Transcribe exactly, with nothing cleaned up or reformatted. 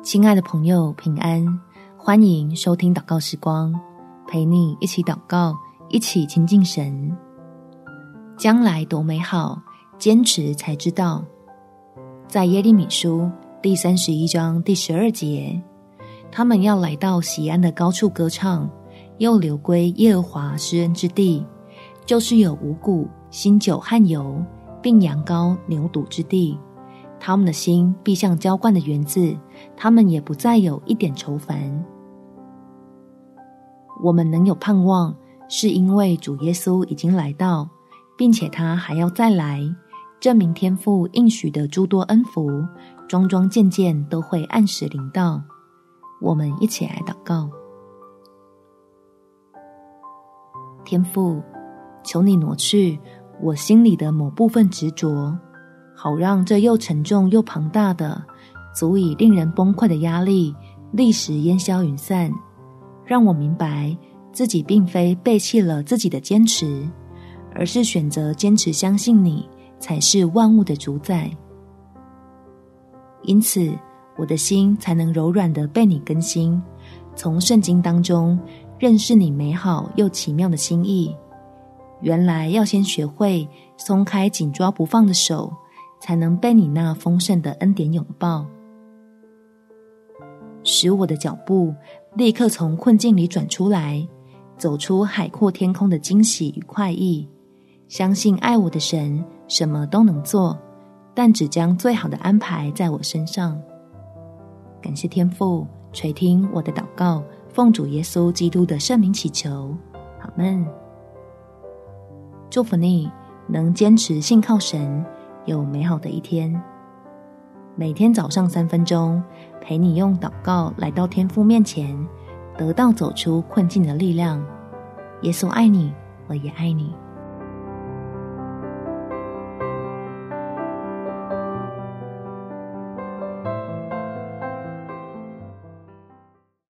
亲爱的朋友，平安，欢迎收听祷告时光，陪你一起祷告，一起亲近神。将来多美好，坚持才知道。在耶利米书第三十一章第十二节，他们要来到锡安的高处歌唱，又流归耶和华施恩之地，就是有五谷、新酒和油，并羊羔、牛犊之地。他们的心必像浇灌的园子，他们也不再有一点愁烦。我们能有盼望，是因为主耶稣已经来到，并且他还要再来，证明天父应许的诸多恩福，桩桩件件都会按时临到。我们一起来祷告。天父，求你挪去我心里的某部分执着，好让这又沉重又庞大的足以令人崩溃的压力立时烟消云散，让我明白自己并非背弃了自己的坚持，而是选择坚持相信你才是万物的主宰。因此我的心才能柔软地被你更新，从圣经当中认识你美好又奇妙的心意。原来要先学会松开紧抓不放的手，才能被你那丰盛的恩典拥抱，使我的脚步立刻从困境里转出来，走出海阔天空的惊喜与快意。相信爱我的神什么都能做，但只将最好的安排在我身上。感谢天父垂听我的祷告，奉主耶稣基督的圣名祈求，阿们。祝福你能坚持信靠神，有美好的一天。每天早上三分钟，陪你用祷告来到天父面前，得到走出困境的力量。耶稣爱你，我也爱你。